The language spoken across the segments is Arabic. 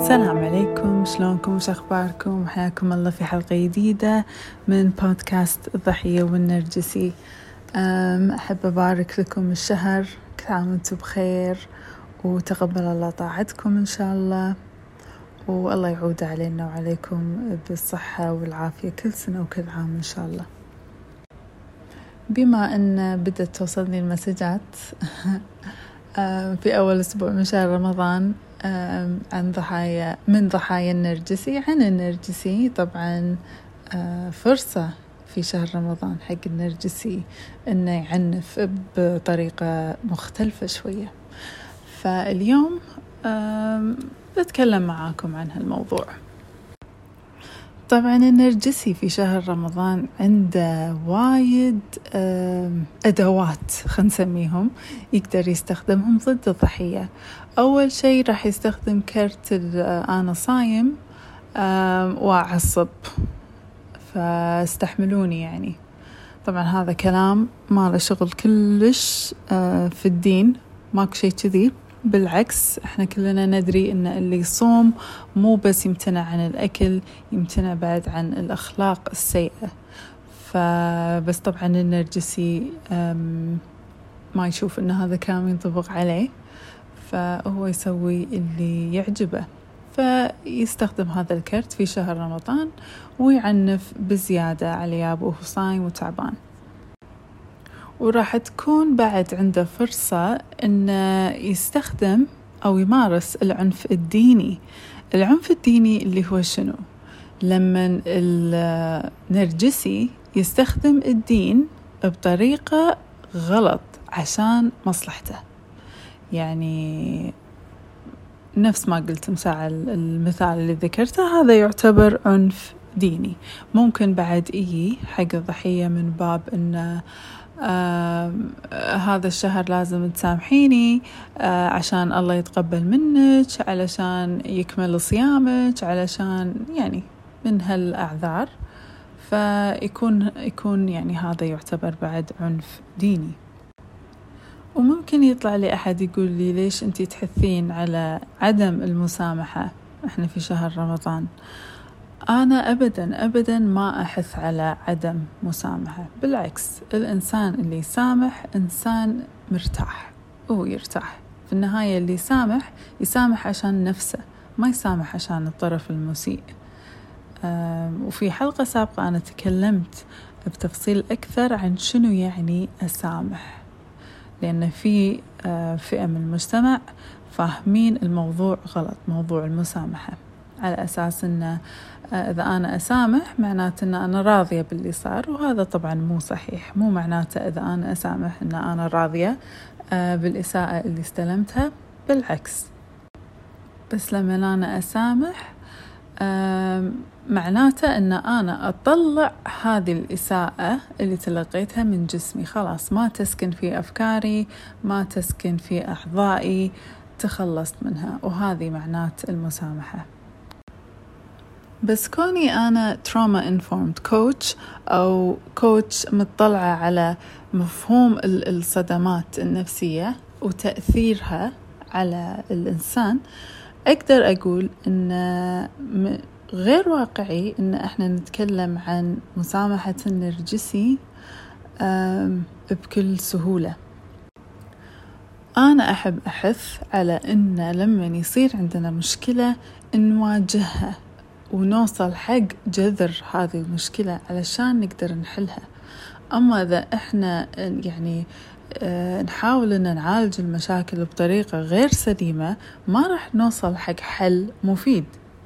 السلام عليكم، شلونكم وش أخباركم؟ حياكم الله في حلقة جديدة من بودكاست الضحية والنرجسي. أحب أبارك لكم الشهر، كل عام وانتم بخير وتقبل الله طاعتكم إن شاء الله، والله يعود علينا وعليكم بالصحة والعافية كل سنة وكل عام إن شاء الله. بما أن بدأت توصلني المسجات في أول أسبوع من شهر رمضان عن ضحايا النرجسي، عن النرجسي طبعا فرصة في شهر رمضان حق النرجسي إنه يعنف بطريقة مختلفة شوية. فاليوم بتكلم معاكم عن هالموضوع. طبعا النرجسي في شهر رمضان عنده وايد أدوات خلينا نسميهم يقدر يستخدمهم ضد الضحية. أول شيء راح يستخدم كرت أنا صايم وأعصب، فاستحملوني يعني. طبعا هذا كلام ما له شغل كلش في الدين، ماكو شيء كذي، بالعكس احنا كلنا ندري ان اللي يصوم مو بس يمتنع عن الاكل، يمتنع بعد عن الاخلاق السيئة. فبس طبعا النرجسي ما يشوف ان هذا كلام ينطبق عليه، فهو يسوي اللي يعجبه، فيستخدم هذا الكرت في شهر رمضان ويعنف بزيادة عليه وهو صايم وتعبان. وراح تكون بعد عنده فرصة إنه يستخدم أو يمارس العنف الديني. العنف الديني اللي هو شنو؟ لما النرجسي يستخدم الدين بطريقة غلط عشان مصلحته. يعني نفس ما قلت المثال اللي ذكرته، هذا يعتبر عنف ديني. ممكن بعد حق الضحية من باب إنه هذا الشهر لازم تسامحيني عشان الله يتقبل منك، علشان يكمل صيامك، علشان يعني من هالأعذار. فيكون يعني هذا يعتبر بعد عنف ديني. وممكن يطلع لي أحد يقول لي ليش أنتي تحثين على عدم المسامحة إحنا في شهر رمضان؟ أنا أبدا ما أحث على عدم مسامحة، بالعكس الإنسان اللي يسامح إنسان مرتاح، هو يرتاح في النهاية. اللي يسامح عشان نفسه، ما يسامح عشان الطرف المسيء. وفي حلقة سابقة أنا تكلمت بتفصيل أكثر عن شنو يعني أسامح، لأن في فئة من المجتمع فاهمين الموضوع غلط، موضوع المسامحة، على أساس أنه إذا أنا أسامح معناته أن أنا راضية باللي صار، وهذا طبعا مو صحيح. مو معناته إذا أنا أسامح أن أنا راضية بالإساءة اللي استلمتها، بالعكس. بس لما أنا أسامح معناته أن أنا أطلع هذه الإساءة اللي تلقيتها من جسمي، خلاص ما تسكن في أفكاري، ما تسكن في أعضائي، تخلصت منها، وهذه معنات المسامحة. بس كوني أنا trauma informed coach أو coach مطلعة على مفهوم الصدمات النفسية وتأثيرها على الإنسان، أقدر أقول إن غير واقعي إن إحنا نتكلم عن مسامحة النرجسي بكل سهولة. أنا أحب أحث على إن لما يصير عندنا مشكلة نواجهها ونوصل حق جذر هذه المشكلة علشان نقدر نحلها. أما إذا إحنا يعني نحاول أن نعالج المشاكل بطريقة غير سليمة، ما راح نوصل حق حل مفيد.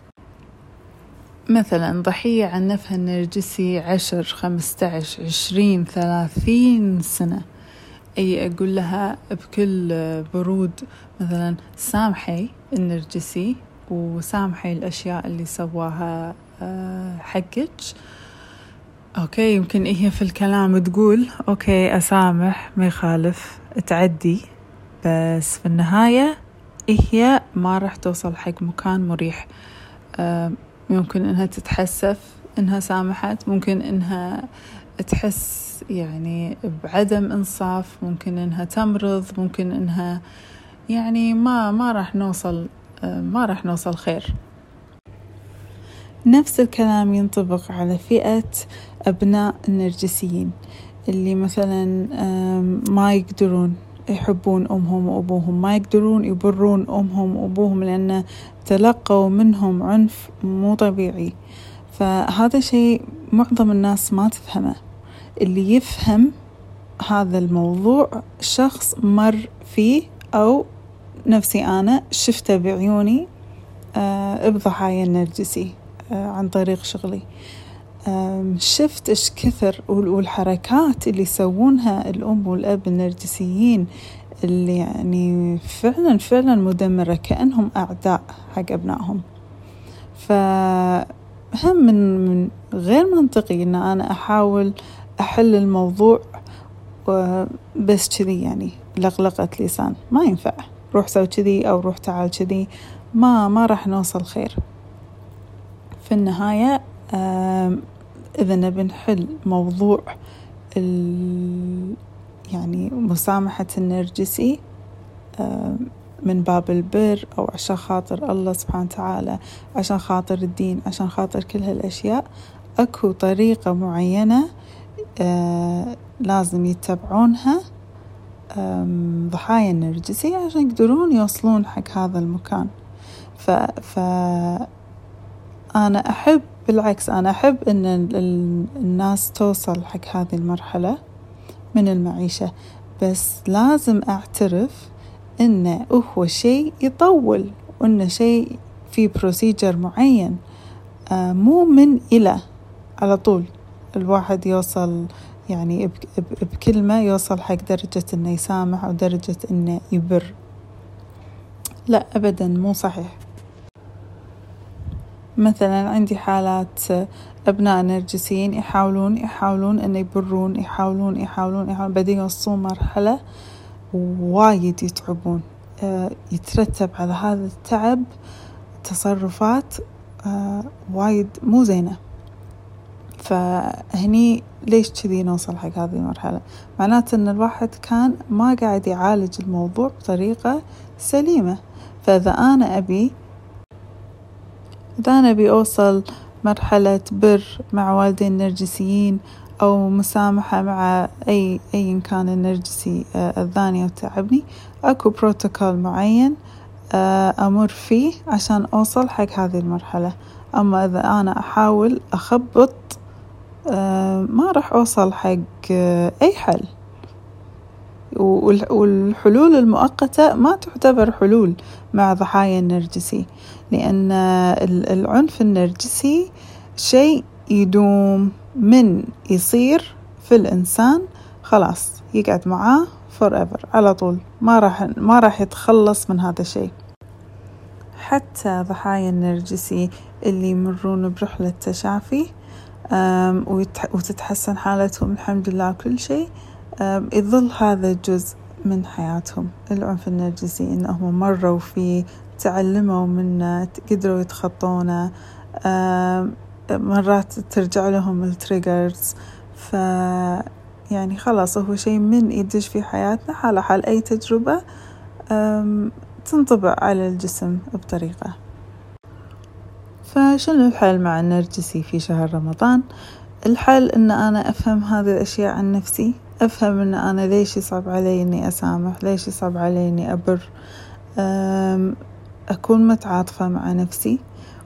مثلا ضحية عنفها النرجسي 10 15 20 30 سنة، أقول لها بكل برود مثلا سامحي النرجسي وسامحي الأشياء اللي سواها حقك. أوكي، يمكن هي في الكلام تقول أوكي أسامح ما يخالف تعدي، بس في النهاية هي ما راح توصل حق مكان مريح. ممكن إنها تتحسف إنها سامحت، ممكن إنها تحس يعني بعدم إنصاف، ممكن إنها تمرض، ممكن إنها يعني ما راح نوصل خير. نفس الكلام ينطبق على فئة أبناء النرجسيين اللي مثلا ما يقدرون يحبون أمهم وأبوهم، ما يقدرون يبرون أمهم وأبوهم لأن تلقوا منهم عنف مو طبيعي. فهذا شيء معظم الناس ما تفهمه. اللي يفهم هذا الموضوع شخص مر فيه، أو نفسي أنا شفته بعيوني بضحايا النرجسي عن طريق شغلي. شفت إيش كثر والحركات اللي يسوونها الأم والأب النرجسيين اللي يعني فعلا فعلا مدمرة، كأنهم أعداء حق أبنائهم. فهم من غير منطقي إن أنا أحاول أحل الموضوع بس كذي، يعني لغلقة لسان ما ينفع. روح سوي كذي أو روح تعال كذي، ما راح نوصل خير. في النهاية إذا نبي نحل موضوع يعني مسامحة النرجسي من باب البر، أو عشان خاطر الله سبحانه وتعالى، عشان خاطر الدين، عشان خاطر كل هالأشياء، أكو طريقة معينة لازم يتبعونها ضحايا النرجسي عشان يقدرون يوصلون حق هذا المكان. أنا أحب، بالعكس أنا أحب إن الناس توصل حق هذه المرحلة من المعيشة، بس لازم أعترف إنه هو شيء يطول، وإنه شيء في بروسيجر معين، مو من إلى على طول الواحد يوصل يعني بكلمة يوصل حق درجة إنه يسامح أو درجة إنه يبر. لا أبدا، مو صحيح. مثلا عندي حالات أبناء نرجسيين يحاولون أن يبرون، يحاولون بعدين يوصلون مرحلة وايد يتعبون، يترتب على هذا التعب تصرفات وايد مو زينة. فهني ليش كذي نوصل حق هذه المرحلة؟ معناته أن الواحد كان ما قاعد يعالج الموضوع بطريقة سليمة. فإذا أنا أبي أوصل مرحلة بر مع والدين النرجسيين، أو مسامحة مع أي كان النرجسي الثاني وتعبني، أكو بروتوكول معين أمر فيه عشان أوصل حق هذه المرحلة. أما إذا أنا أحاول أخبط ما راح أوصل حق أي حل. والحلول المؤقتة ما تعتبر حلول مع ضحايا النرجسي، لأن العنف النرجسي شيء يدوم، من يصير في الإنسان خلاص يقعد معاه forever على طول، ما راح يتخلص من هذا الشيء. حتى ضحايا النرجسي اللي يمرون برحلة تشافي وتتحسن حالتهم الحمد لله كل شيء، يظل هذا جزء من حياتهم. العنف النرجسي إنهم مروا فيه، تعلموا منه، قدروا يتخطونه، مرات ترجع لهم التريجرز. يعني خلاص هو شيء من يدش في حياتنا، حال أي تجربة تنطبع على الجسم بطريقة. فشنو الحل مع النرجسي في شهر رمضان؟ الحل إن أنا أفهم هذه الأشياء عن نفسي، أفهم إن أنا ليش يصعب علي إني أسامح، ليش يصعب علي إني أبر، أكون متعاطفة مع نفسي،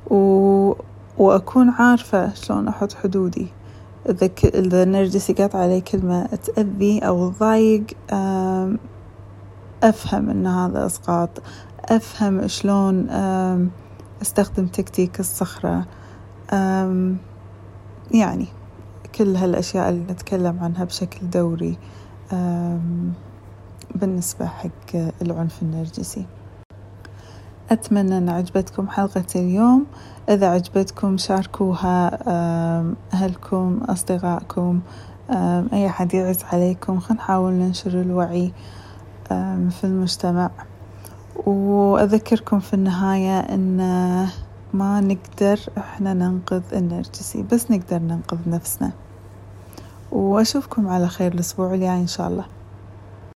وأكون عارفة شلون أحط حدودي. إذا النرجسي قاط علي كلمة تأذي أو تضايق، أفهم إن هذا إسقاط، أفهم شلون أستخدم تكتيك الصخرة. يعني كل هالأشياء اللي نتكلم عنها بشكل دوري بالنسبة حق العنف النرجسي. أتمنى أن عجبتكم حلقة اليوم. إذا عجبتكم شاركوها أهلكم، أصدقائكم، أي أحد يعز عليكم. خلينا نحاول ننشر الوعي في المجتمع. وأذكركم في النهاية أن ما نقدر إحنا ننقذ النرجسي، بس نقدر ننقذ نفسنا. وأشوفكم على خير الأسبوع الجاي إن شاء الله.